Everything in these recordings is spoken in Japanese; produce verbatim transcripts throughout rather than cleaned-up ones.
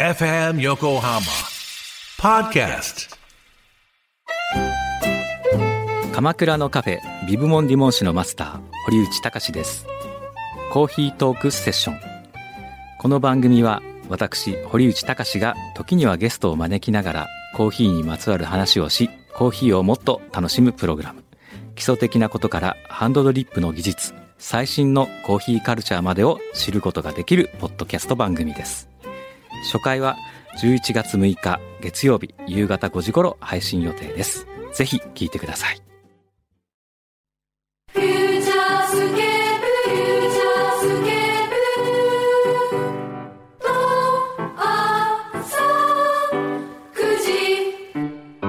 エフエム 横浜ポッドキャスト。 鎌倉のカフェビブモンディモン市のマスター堀内隆です。コーヒートークセッション。この番組は私堀内隆が時にはゲストを招きながらコーヒーにまつわる話をし、コーヒーをもっと楽しむプログラム。基礎的なことからハンドドリップの技術、最新のコーヒーカルチャーまでを知ることができるポッドキャスト番組です。初回はじゅういちがつむいか月曜日夕方ごじ頃配信予定です。ぜひ聞いてください。 フューチャースケープ、フューチャースケープと朝くじ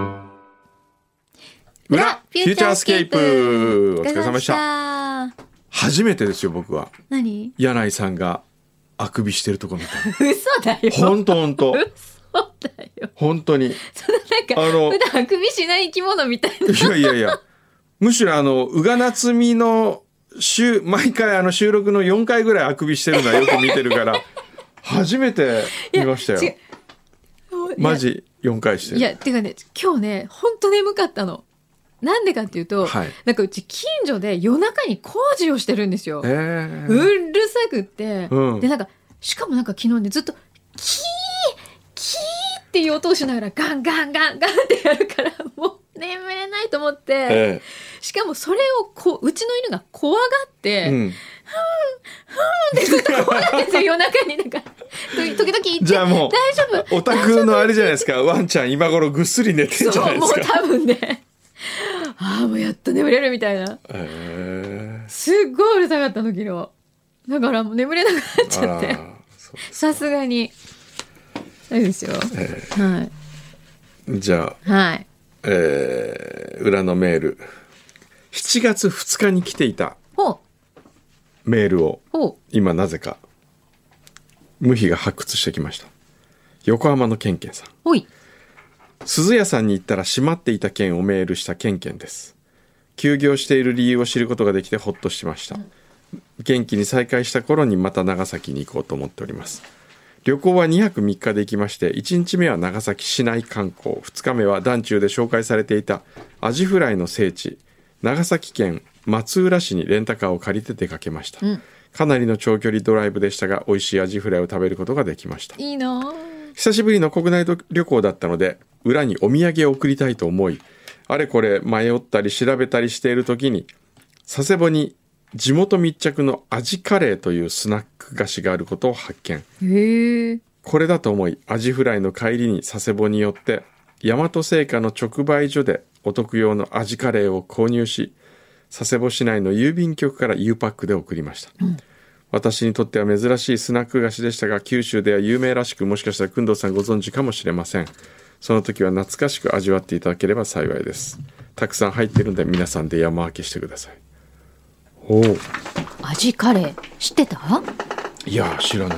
裏フューチャースケープ、お疲れ様でした。 た。 初めてですよ僕は。 何？ 柳井さんがあくびしてるとこ見た。 嘘だよ。 本当本当。 嘘だよ。 本当に。 そのなんかあの普段あくびしない生き物みたいな。 いやいやいや。むしろあの宇賀なつみの週毎回あの収録のよんかいぐらいあくびしてるのはよく見てるから初めて見ましたよ。 いや違うマジよんかいしてる。 いやてかね、今日ね本当眠かったの。なんでかっていうと、 はい、 なんかうち近所で夜中に工事をしてるんですよ。 えー、 うるさくって、 うん、 でなんかしかもなんか昨日ねずっとキーキーっていう音をしながらガンガンガンガンってやるからもう眠れないと思って、 えしかもそれをこううちの犬が怖がって、 ーうん、 ふーんふーんってずっと怖がってんですよ夜中になんか時々言ってじゃあもう大丈夫お宅のあれじゃないですか、ワンちゃん今頃ぐっすり寝てんじゃないですか。 そうもう多分ねああもうやっと眠れるみたいな、 えー、 すっごいうるさかったの昨日だからもう眠れなくなっちゃってさすがにそうですよ、 えー、はいじゃあ、 はいえー、裏のメールしちがつふつかに来ていたほうメールをほう今なぜか無比が発掘してきました。横浜のケンケンさん。 ほい鈴屋さんに行ったら閉まっていた件をメールしたケンケンです。休業している理由を知ることができてほっとしました。元気に再開した頃にまた長崎に行こうと思っております。旅行はにはくみっかで行きまして、いちにちめは長崎市内観光、ふつかめは団中で紹介されていたアジフライの聖地長崎県松浦市にレンタカーを借りて出かけました、うん、かなりの長距離ドライブでしたが美味しいアジフライを食べることができました。 いいな。 久しぶりの国内旅行だったので裏にお土産を送りたいと思い、あれこれ迷ったり調べたりしている時に佐世保に地元密着のアジカレーというスナック菓子があることを発見。 へえ。 これだと思いアジフライの帰りに佐世保に寄って大和製菓の直売所でお得用のアジカレーを購入し、佐世保市内の郵便局から U パックで送りました、うん、私にとっては珍しいスナック菓子でしたが九州では有名らしく、もしかしたら工藤さんご存知かもしれません。その時は懐かしく味わっていただければ幸いです。たくさん入っているので皆さんで山分けしてください。おう、 味カレー知ってた？ いや知らない。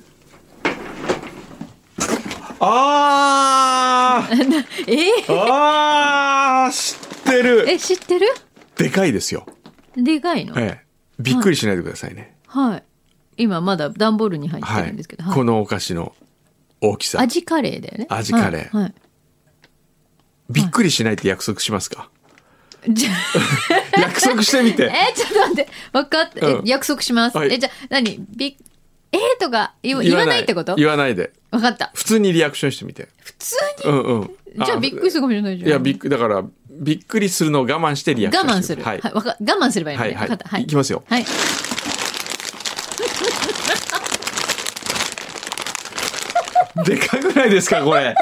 あーえー、 あー知ってる。 え知ってる？ でかいですよ。 でかいの、 ええ、びっくりしないでくださいね。 はい、はい、今まだ段ボールに入ってるんですけど、 はいはい、このお菓子の大きさ味カレーだよね。 味カレー、 はいはい、 びっくりしないって約束しますか？ じゃ約束してみて。 えちょっと待って分かって、うん、約束します、はい、えじゃあ何びえー、とか言わない、言わないってこと？ 言わないで分かった。 普通にリアクションしてみて。 普通に、 うんうん、 じゃあびっくりするかもしれないじゃん。 いやびっくりだからびっくりするのを我慢してリアクションして我慢する、はいはい、わか我慢すればいいのね、はいはい、分かった、はい、 いきますよ。 はいでかくないですかこれ？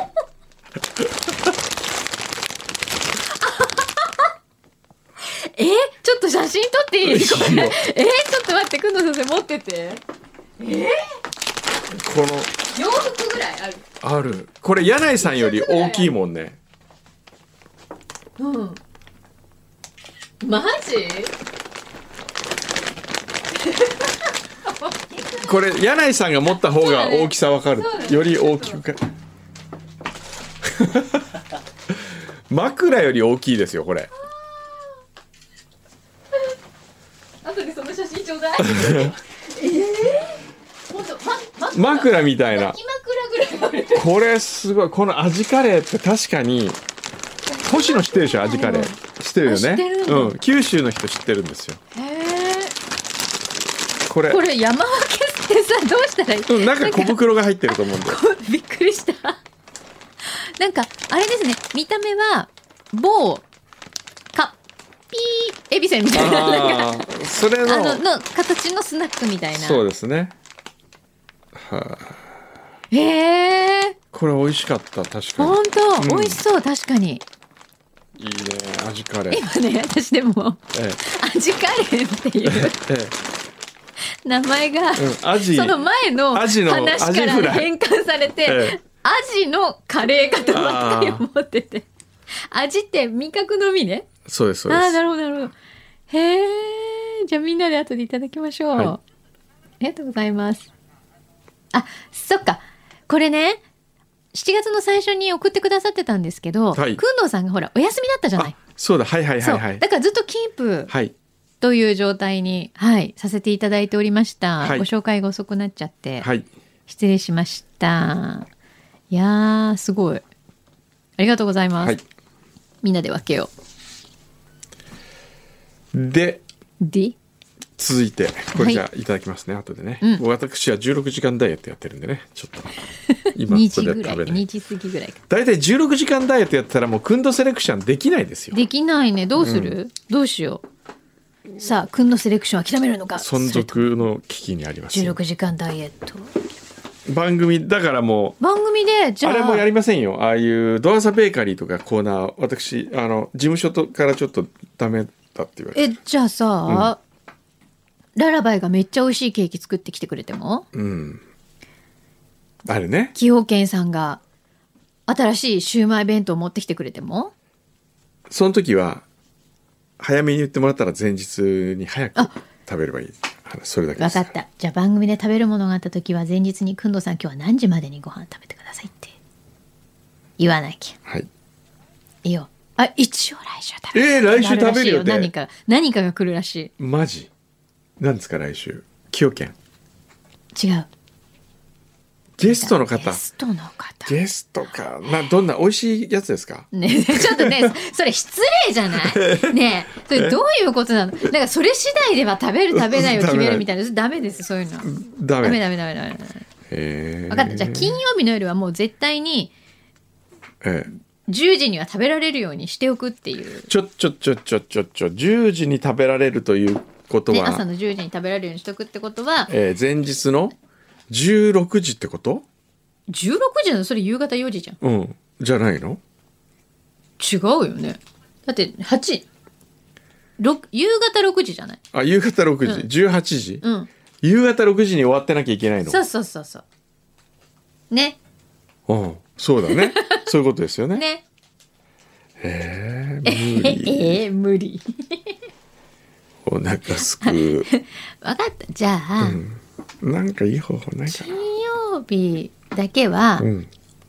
えー、ちょっと写真撮っていい？これえー、ちょっと待って、くんの先生持ってて。えー、 この洋服ぐらいある。 ある。これ柳井さんより大きいもんね。 うん。マジ？ これ柳井さんが持った方が大きさわかる、ね、より大きくか枕より大きいですよこれ。 後でその写真ちょうだい。えー、ほんと、ま、枕みたいな。 枕ぐらいこれすごい。この味カレーって確かに星野知ってるでしょ。味カレー知ってるよね。 知ってるんだうん、九州の人知ってるんですよ。 へえ。 これこれ山分けってさどうしたらいい？ うん、中小袋が入ってると思うんだよ。 こびっくりした。なんかあれですね、見た目は某カピーエビせんみたいな、なんかあーそれのあのの形のスナックみたいな。 そうですね。はあ、 へえ。 これ美味しかった。確かに本当、 うん美味しそう。確かにいいね。味カレー。 今ね、私でもえ味カレーっていうええ名前が、 えうん、アジその前のアジの話かアジフライら変換されて、 ええアジのカレーかとばっかり思ってて、味って味覚のみね。 そうですそうです。 ああ、なるほどなるほど。へえ。じゃあみんなで後でいただきましょう、 はいありがとうございます。あ、そっか、これね、しちがつの最初に送ってくださってたんですけど、 はいくんどうさんがほらお休みだったじゃない。 あ、そうだ。はいはいはいはそうい。 だからずっとキープはい。 という状態に、はい、させていただいておりました、 はいご紹介が遅くなっちゃって、 はい。 失礼しました。いやーすごい、ありがとうございます、 はい。 みんなで分けよで、 う。で続いてこれじゃはあいただきますね、後でね、 うん私はじゅうろくじかんダイエットやってるんでね、ちょっと今 2 ここ時ぐらいで食べないにじ過ぎぐらいか。 だいたいじゅうろくじかんダイエットやったらもうクンドセレクションできないですよ。 できないね。どうする、どうしよう。さあ、くんのセレクション諦めるのか。 存それと続の危機にありますじゅうろよ。 くじかんダイエット。 番組だからも番組で、 うじゃあ、 あれもやりませんよ。ああいうドアザベーカリーとかコーナー、私あの事務所とからちょっとダメだって言われて、 え、じゃあさ、ララバイがめっちゃ美味しいケーキ作ってきてくれても、 うん、あれね、 崎陽軒さんが新しいシウマイ弁当持ってきてくれても、 その時は早めに言ってもらったら前日に早く食べればいい話、それだけです。 分かった。じゃあ番組で食べるものがあった時は前日にくんどうさん今日は何時までにご飯食べてくださいって言わなきゃはい。 いいよ。あ、一応来週食べる。 えー、来週食べるよって。 何か何かが来るらしマジ？なんですか来週？崎陽軒。 い。違う。 ゲストの方。 ゲストの方。 ゲストかな、どんな美味しいやつですか？ ね、ちょっとね、それ失礼じゃないねえ、それどういうことなの？だからそれ次第では食べる食べないを決めるみたいな。ダメです、そういうの。 ダメ。 ダメダメダメダメ。 へー分かった。じゃあ金曜日の夜はもう絶対にええじゅうじには食べられるようにしておくっていう。 ちょちょちょちょちょちょじゅうじに食べられるということね、 は、 朝のじゅうじに食べられるようにしておくってことは、 えー前日のじゅうろくじってこと？ じゅうろくじなの？それ夕方よじじゃん。 うん。じゃないの？ 違うよね。だってはち、ろく夕方ろくじじゃない。 あ、夕方ろくじ、 うんじゅうはちじ、 うん。 夕方ろくじに終わってなきゃいけないの？ そうそうそうそう。ね。 うん。そうだね。そういうことですよね。 ね。 へえ、無理。 えー、無理。 お腹すく。 分かった。じゃあ、 なんかいい方法ないか金曜日だけは、 な。うん。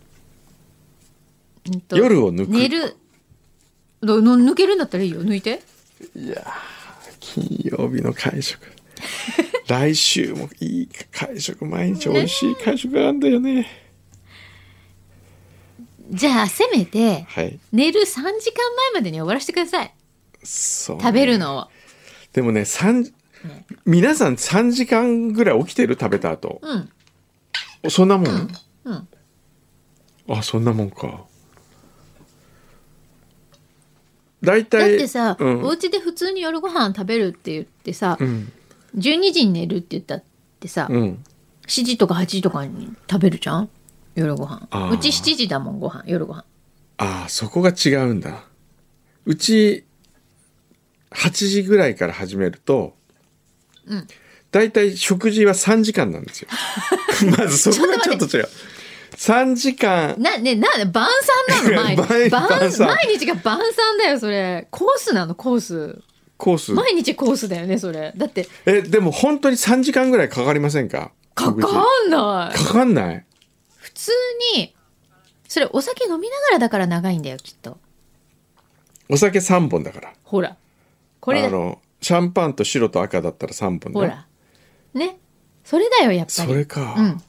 うんと夜を抜く寝る。どの抜けるんだったらいいよ。抜いて。 いやー、金曜日の会食。来週もいい会食、毎日美味しい会食があるんだよね。 じゃあ、せめて、 はい。 寝るさんじかんまえまでに終わらせてください。 そう。 食べるのを。 でもね、三皆さんさんじかんぐらい起きてる？食べた後。 うん。 そんなもん？ うん。 あ、そんなもんか。だいたい。 だってさ、 うん。 お家で普通に夜ご飯食べるって言ってさ、 うん。 じゅうにじに寝るって言ったってさ、 うん。 しちじとかはちじとかに食べるじゃん夜ご飯。 あーうちしちじだもん、ご飯、夜ご飯。 ああ、そこが違うんだ。うち、はちじぐらいから始めると、 うん。 だいたい食事はさんじかんなんですよ。まずそこがちょっと違う。さんじかん。 な、ね、な、晩餐なの毎毎日。晩晩餐毎日が晩餐だよ、それ。コースなの、コース。 コース。 毎日コースだよね、それ。だって、 え、でも本当にさんじかんぐらいかかりませんか？ か食事かんない。 かかんない。 普通に、それお酒飲みながらだから長いんだよ、きっと。 お酒さんぼんだから。 ほら。これだ。 あの、シャンパンと白と赤だったらさんぼんだ。 ほら。ね。それだよ、やっぱり。 それか。 うん。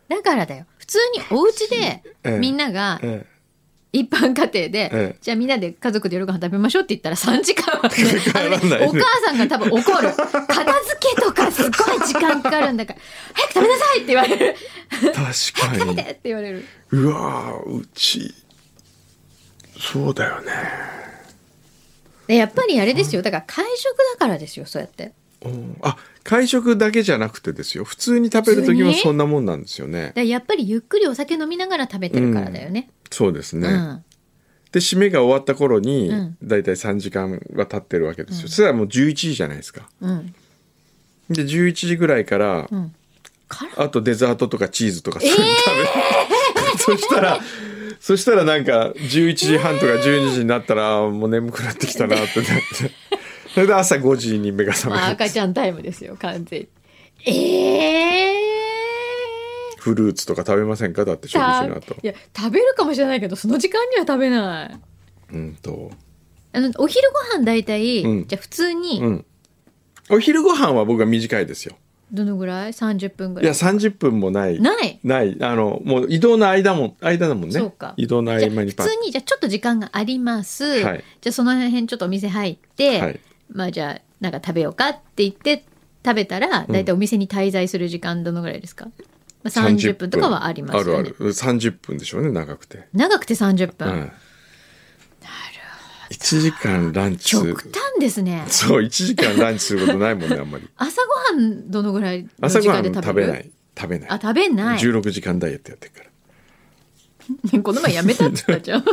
だからだよ。普通にお家でええみんながえ一般家庭で、 ええじゃあみんなで家族で夜ご飯食べましょうって言ったらさんじかんはね、 かからないねあのねお母さんが多分怒る。片付けとかすごい時間かかるんだから、早く食べなさいって言われる。 え確かに食べてって言われる。 うわーうちそうだよね。 でやっぱりあれですよ。だから会食だからですよ。そうやって。 うんあ会食だけじゃなくてですよ、普通に食べる時もそんなもんなんですよね。 だからやっぱりゆっくりお酒飲みながら食べてるからだよね。 そうですね、 うんで締めが終わった頃に、 うんだいたいさんじかんは経ってるわけですよ、そしたらもうじゅういちじじゃないですか。 うんでじゅういちじぐらいから、 うんからあとデザートとかチーズとかそういうの食べる、そしたらそしたらなんかじゅういちじはんとかじゅうにじになったら、あーもう眠くなってきたなってなってそれで朝ごじに目が覚めまあ、 る。 赤ちゃんタイムですよ完全に。ええフルーツとか食べませんか？だって食事の後。 いや食べるかもしれないけどその時間には食べない。 うんと、 あのお昼ご飯だいたい、 うんじゃあ普通に、 うん。お昼ご飯は僕は短いですよ。 どのぐらいさんじゅっぷんぐらい。 いやさんじゅっぷんもない。 ないないあのもう移動の間も間だもんね。 そうか移動の合じゃあ間にパッ。 普通にじゃあちょっと時間があります、 はいじゃあその辺ちょっとお店入って、 はいまあじゃあなんか食べようかって言って食べたらだいたいお店に滞在する時間どのぐらいですか？まあ、さんじゅっぷんとかはありますよね。 あるあるさんじゅっぷんでしょうね長くて。 長くてさんじゅっぷん、 うん。いちじかんランチする。 極端ですね。 そういちじかんランチすることないもんねあんまり。 朝ごはんどのぐらいの朝ごはん時間で食べる？ 食べない食べない。 あ食べない。 じゅうろくじかんダイエットやってるから。 この前やめたって言ったじゃん。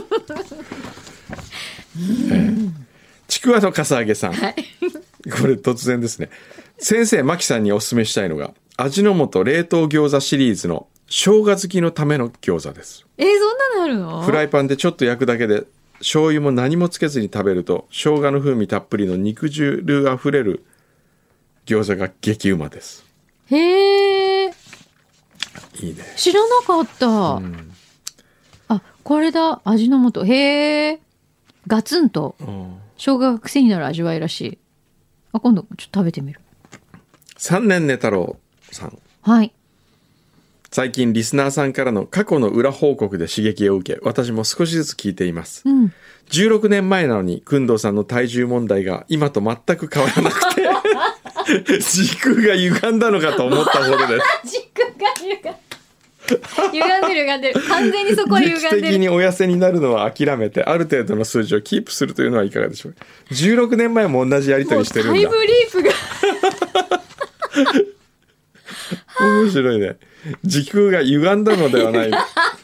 ちくわのかさあげさん、 はいこれ突然ですね。先生マキさんにお勧めしたいのが味の素冷凍餃子シリーズの生姜好きのための餃子です。 えー、そんなのあるの？ フライパンでちょっと焼くだけで醤油も何もつけずに食べると生姜の風味たっぷりの肉汁あふれる餃子が激うまです。 へえ、 いいね。 知らなかった。 うんあ、これだ、味の素。へえ、ガツンとうん生姜が癖になる味わいらしい。あ、今度ちょっと食べてみる。 三年寝太郎さん、 はい。 最近リスナーさんからの過去の裏報告で刺激を受け私も少しずつ聞いています。 うん。 じゅうろくねんまえなのに工藤さんの体重問題が今と全く変わらなくて時空が歪んだのかと思ったほどです軸が歪んでる。歪んでる歪んでる。完全にそこは劇歪んでる。 的にお痩せになるのは諦めてある程度の数字をキープするというのはいかがでしょうか。じゅうろくねんまえも同じやり取もうりしてるんだ。 タイムリープが。 面白いね。時空が歪んだのではない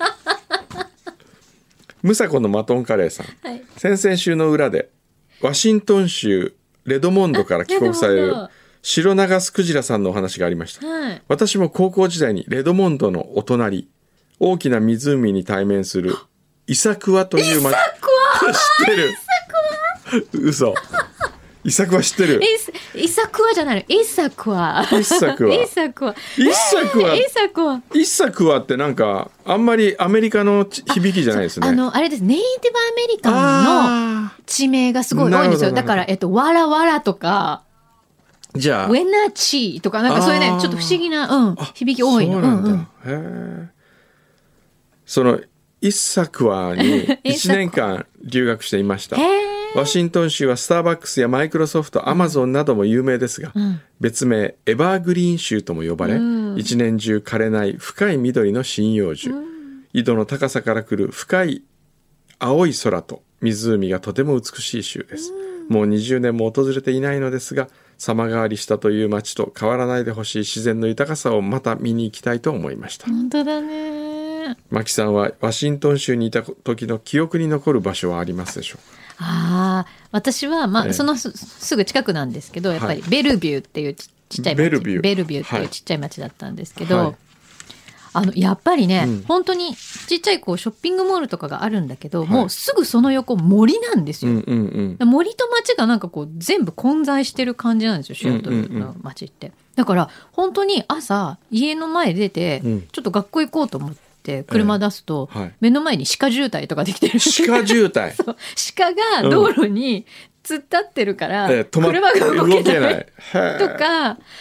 ムサコのマトンカレーさん、 はい。 先々週の裏でワシントン州レドモンドから帰国されるレドモンド白長スクジラさんのお話がありました。 はい。 私も高校時代にレドモンドのお隣大きな湖に対面するイサクワという町知ってる嘘イサクワ知ってるイス、イサクワじゃないの。イサクワ。 イサクワイサクワ。 イサクワイサクワ。 イサクワってなんかあんまりアメリカのち響きじゃないですね。 あの、あれです。ネイティブアメリカンのあ地名がすごい多いんですよ。 なるほどだから、えっと、わらわらとか、 ーじゃあウェナチーとか、なんかそういうねあー、 ちょっと不思議な、うん、響き多いの。 そうなんだ、 うんうん。 へえ。そのイサクワにいちねんかん留学していました。 へーワシントン州はスターバックスやマイクロソフト、アマゾンなども有名ですが、 うん別名エバーグリーン州とも呼ばれ、 うん一年中枯れない深い緑の針葉樹、緯度の高さから来る深い青い空と湖がとても美しい州です。もうにじゅうねんも訪れていないのですが、様変わりしたという街と変わらないでほしい自然の豊かさをまた見に行きたいと思いました。 本当だね。 マキさんはワシントン州にいた時の記憶に残る場所はありますでしょうか？ ああ、私は、まあ、 ええそのすすぐ近くなんですけど、やっぱりベルビューっていうちちっちゃい町、 ベルビューベルビューってはいいうちっちゃい町だったんですけど、 はいあのやっぱりね、 うん本当にちっちゃいこうショッピングモールとかがあるんだけど、 はいもうすぐその横森なんですよ。 うんうんうん。 森と町がなんかこう全部混在してる感じなんですよ、シアトルの町って。だから本当に朝家の前出て、 うんちょっと学校行こうと思って車出すと、 はい目の前に鹿渋滞とかできてる。 鹿渋滞。 そう鹿が道路に突っ立ってるから、 えー止まっ車が動けない動けない。へーとか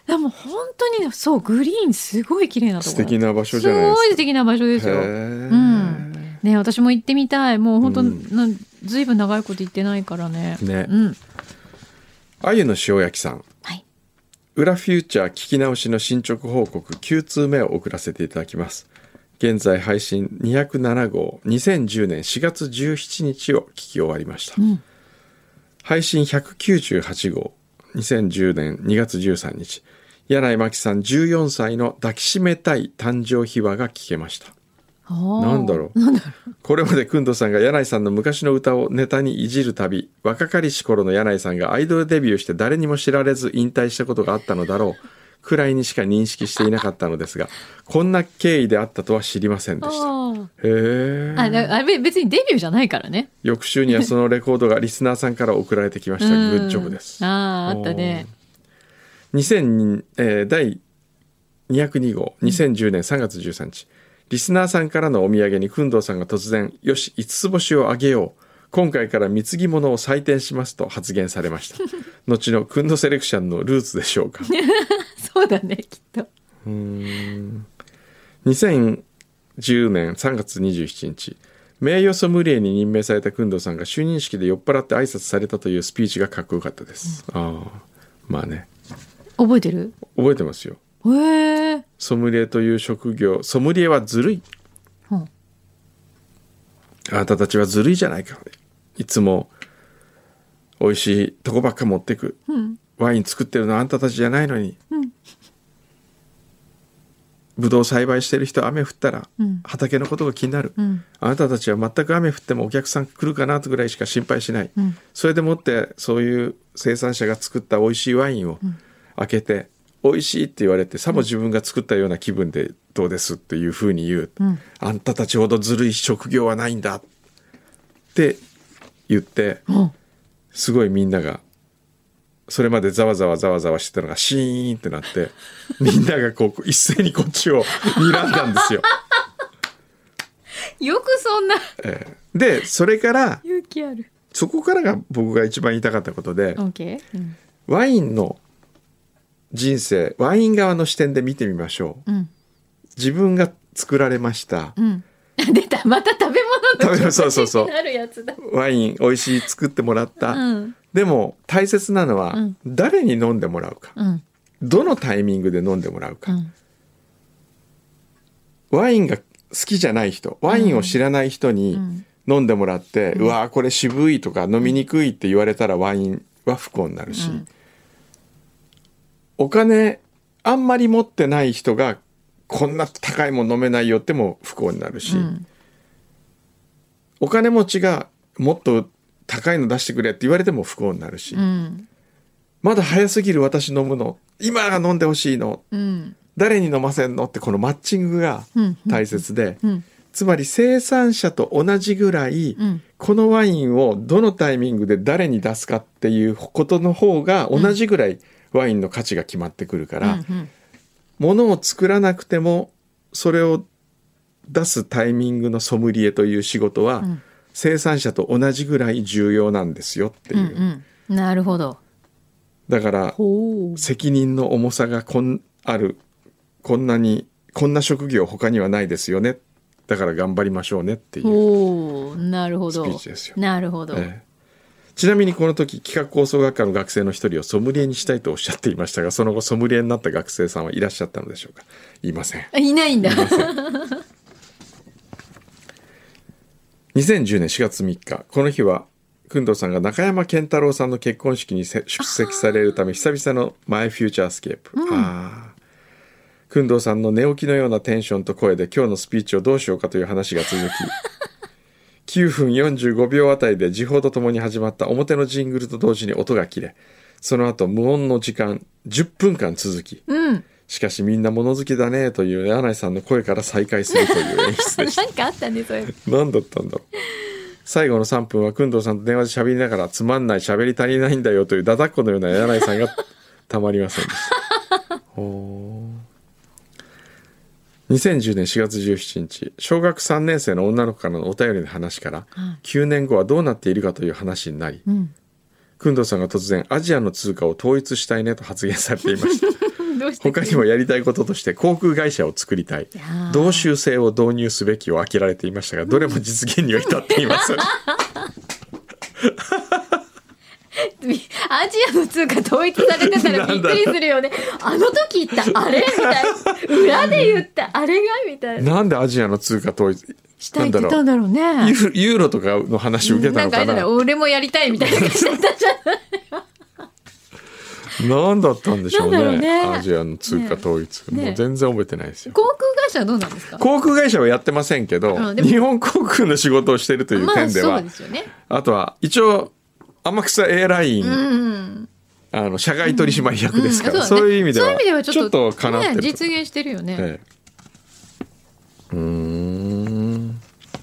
でも本当にね、そうグリーンすごい綺麗なところ。 素敵な場所じゃないですか。 すごい素敵な場所ですよ。 へーうんね、私も行ってみたい。もう本当、うん、ずいぶん長いこと行ってないからね。 ね。 うん。 あゆの塩焼きさん。 はい。 裏フューチャー聞き直しの進捗報告きゅう通目を送らせていただきます。現在配信にひゃくなな号、にせんじゅうねんしがつじゅうしちにちを聞き終わりました。うん、配信ひゃくきゅうじゅうはち号、にせんじゅうねんにがつじゅうさんにち、柳井真紀さんじゅうよんさいの抱きしめたい誕生秘話が聞けました。なんだろう。 なんだろう。 これまで工藤さんが柳井さんの昔の歌をネタにいじるたび、若かりし頃の柳井さんがアイドルデビューして誰にも知られず引退したことがあったのだろうくらいにしか認識していなかったのですが、こんな経緯であったとは知りませんでした。へえ。 あ、あれ別にデビューじゃないからね。 翌週にはそのレコードがリスナーさんから送られてきました。グッジョブです。 ああ、あったね。 にせん、えー、だいにひゃくに号、にせんじゅうねんさんがつじゅうさんにち、リスナーさんからのお土産に工藤さんが突然、よし、五つ星をあげよう。今回から貢ぎ物を採点しますと発言されました。後の工藤セレクションのルーツでしょうか。 そうだね、きっと。 うーん。にせんじゅうねんさんがつにじゅうしちにち、名誉ソムリエに任命された工藤さんが就任式で酔っ払って挨拶されたというスピーチがかっこよかったです。うん、ああ、まあね。 覚えてる？ 覚えてますよ。 へえ。 ソムリエという職業、ソムリエはずるい。うん、あなたたちはずるいじゃないか。いつも美味しいとこばっか持ってく、うん、ワイン作ってるのはあんたたちじゃないのに、うん、ブドウ栽培してる人は雨降ったら、うん、畑のことが気になる、うん、あなたたちは全く雨降ってもお客さん来るかなとぐらいしか心配しない、うん、それでもってそういう生産者が作った美味しいワインを開けて、美味しいって言われてさも自分が作ったような気分でどうですっていうふうに言う、うん、あんたたちほどずるい職業はないんだって言って、うん、すごいみんながそれまでざわざわざわざわしてたのがシーンってなってみんながこう一斉にこっちを睨んだんですよ。 よくそんな、 えー、でそれから勇気ある。 そこからが僕が一番言いたかったことで、 okay うん、 ワインの人生、ワイン側の視点で見てみましょう、うん、自分が作られました、うん、 出た、また食べ物のそうそうそうになるやつだ。 ワイン美味しい作ってもらった、うん、でも大切なのは、うん、誰に飲んでもらうか、うん、どのタイミングで飲んでもらうか、うん、ワインが好きじゃない人、ワインを知らない人に飲んでもらって、うん、うわーこれ渋いとか飲みにくいって言われたらワインは不幸になるし、うん、お金あんまり持ってない人がこんな高いもん飲めないよっても不幸になるし、うん、お金持ちがもっと高いの出してくれって言われても不幸になるし、うん、まだ早すぎる私飲むの、今が飲んでほしいの、うん、誰に飲ませんのってこのマッチングが大切で、うんうん、つまり生産者と同じぐらい、うん、このワインをどのタイミングで誰に出すかっていうことの方が同じぐらいワインの価値が決まってくるから、うんうん、物を作らなくてもそれを出すタイミングのソムリエという仕事は、うん、生産者と同じぐらい重要なんですよっていう、うんうん、なるほど。 だから責任の重さがこんある、こんなにこんな職業他にはないですよね、だから頑張りましょうねっていうおなるほどスピーチですよ。 なるほど、 ええ、ちなみにこの時企画構想学科の学生の一人をソムリエにしたいとおっしゃっていましたが、その後ソムリエになった学生さんはいらっしゃったのでしょうか。いません。 いないんだ。いません。 にせんじゅうねんしがつみっか、この日は工藤さんが中山健太郎さんの結婚式に出席されるため久々のマイフューチャースケープ、うん、あ工藤さんの寝起きのようなテンションと声で今日のスピーチをどうしようかという話が続ききゅうふんよんじゅうごびょうあたりで時報とともに始まった表のジングルと同時に音が切れ、その後無音の時間じゅっぷんかん続き、うん、しかしみんな物好きだねという柳井さんの声から再開するという演出でした。 なんかあったねそれ。 何だったんだろう。最後のさんぷんは工藤さんと電話で喋りながらつまんない、喋り足りないんだよというダダっ子のような柳井さんがたまりませんでしたほにせんじゅうねんしがつじゅうしちにち、小学さんねん生の女の子からのお便りの話から、うん、きゅうねんごはどうなっているかという話になり、うん、工藤さんが突然アジアの通貨を統一したいねと発言されていました。 どうして他にもやりたいこととして航空会社を作りたい、同州制を導入すべきを呆られていましたが、どれも実現には至っていません。 アジアの通貨統一されてたらびっくりするよね。あの時言ったあれみたいな、裏で言ったあれがみたいな。 なんでアジアの通貨統一したいって言ったんだろうね。 ユーロ、ユーロとかの話を受けたのかな。 なんか俺もやりたいみたいな感じだったじゃない。 何だったんでしょう ね, ねアジアの通貨統一、ねね、もう全然覚えてないですよ。 航空会社はどうなんですか？ 航空会社はやってませんけど、うん、日本航空の仕事をしているという点では、まあそうですよね、あとは一応天草エアライン、うん、あの社外取締役ですから、うんうん そう, ね、そういう意味ではちょっとかなってる、 ね、実現してるよね、ええ、うーん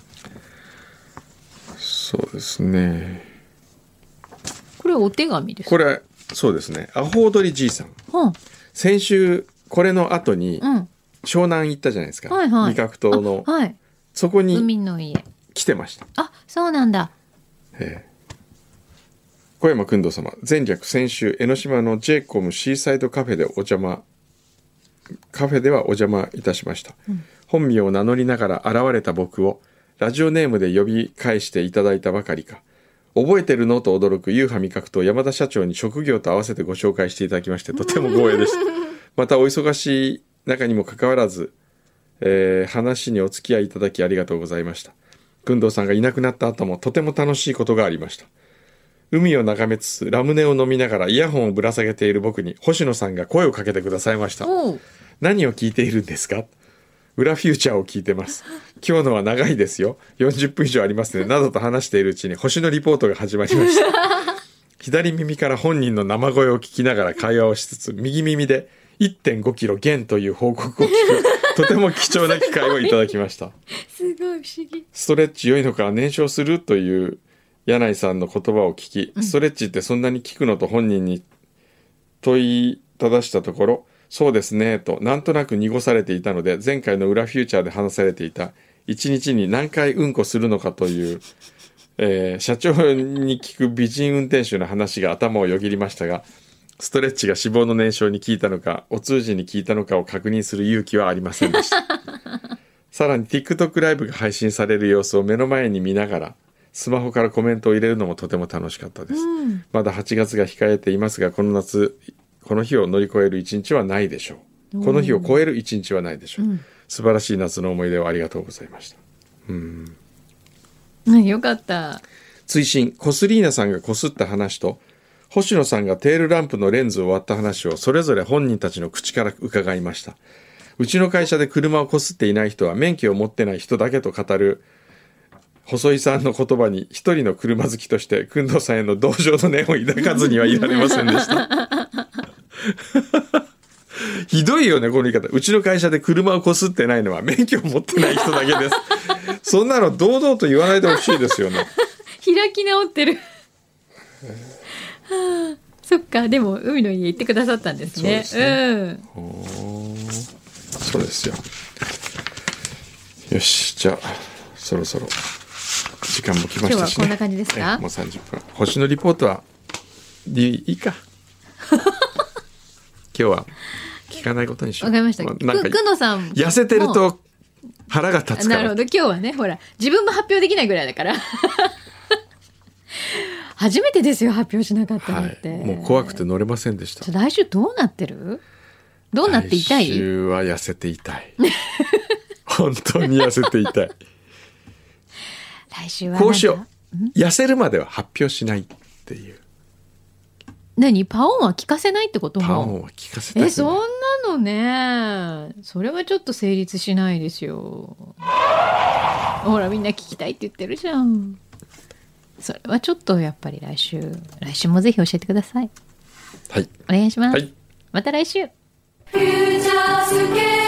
そうですね。 これお手紙ですか？ これそうですね。アホウドリじいさん、うん、先週これの後に湘南行ったじゃないですか、はいはい、味覚島の、はい、そこに海の家来てました。 あ、そうなんだ。 ええ、小山君堂様、前略先週江ノ島の ジェイコム シーサイドカフェでお邪魔カフェではお邪魔いたしました、うん、本名を名乗りながら現れた僕をラジオネームで呼び返していただいたばかりか、覚えてるのと驚くユーハ味覚と山田社長に職業と合わせてご紹介していただきましてとても光栄でしたまたお忙しい中にもかかわらず、えー、話にお付き合いいただきありがとうございました。工藤さんがいなくなった後もとても楽しいことがありました。海を眺めつつラムネを飲みながらイヤホンをぶら下げている僕に星野さんが声をかけてくださいました。何を聞いているんですか？裏フューチャーを聞いてます。今日のは長いですよ。よんじゅっぷん以上ありますね。などと話しているうちに星のリポートが始まりました。左耳から本人の生声を聞きながら会話をしつつ、右耳で いってんごキロ減という報告を聞く、とても貴重な機会をいただきました。 すごい不思議。 ストレッチ良いのか燃焼するという柳井さんの言葉を聞き、ストレッチってそんなに効くのと本人に問いただしたところ、そうですねとなんとなく濁されていたので、前回の裏フューチャーで話されていたいちにちに何回うんこするのかという、えー、社長に聞く美人運転手の話が頭をよぎりましたが、ストレッチが脂肪の燃焼に効いたのかお通じに効いたのかを確認する勇気はありませんでしたさらに TikTok ライブが配信される様子を目の前に見ながらスマホからコメントを入れるのもとても楽しかったです、うん、まだはちがつが控えていますが、この夏この日を乗り越える一日はないでしょう。この日を超える一日はないでしょう、うん、素晴らしい夏の思い出をありがとうございました。うん、 うん、よかった。 追伸、コスリーナさんがこすった話と星野さんがテールランプのレンズを割った話をそれぞれ本人たちの口から伺いました。うちの会社で車をこすっていない人は免許を持ってない人だけと語る細井さんの言葉に一人の車好きとして工藤さんへの同情の念を抱かずにはいられませんでしたひどいよねこの言い方。うちの会社で車をこすってないのは免許を持ってない人だけですそんなの堂々と言わないでほしいですよね開き直ってるはあ、そっか。でも海の家行ってくださったんですね。そうですね、うん、 そうですよ。よし、じゃあそろそろ時間も来ましたしね。 今日はこんな感じですか？ もうさんじゅっぷん。星のリポートはいいか今日は聞かないことにしよう。 わかりました。くのさん痩せてると腹が立つから。 なるほど。今日はね、ほら自分も発表できないぐらいだから初めてですよ、発表しなかったのって、はい、 もう怖くて乗れませんでした。 来週どうなってる？どうなっていたい？ 来週は痩せていたい本当に痩せていたい来週はこうしよう。痩せるまでは発表しないっていう。 何？パオンは聞かせないってことも？ パオンは聞かせたい。 え、そんなのね、それはちょっと成立しないですよ。ほらみんな聞きたいって言ってるじゃん。それはちょっとやっぱり来週来週もぜひ教えてください。 はい、 お願いします、 はい、 また来週。 フューチャースケープ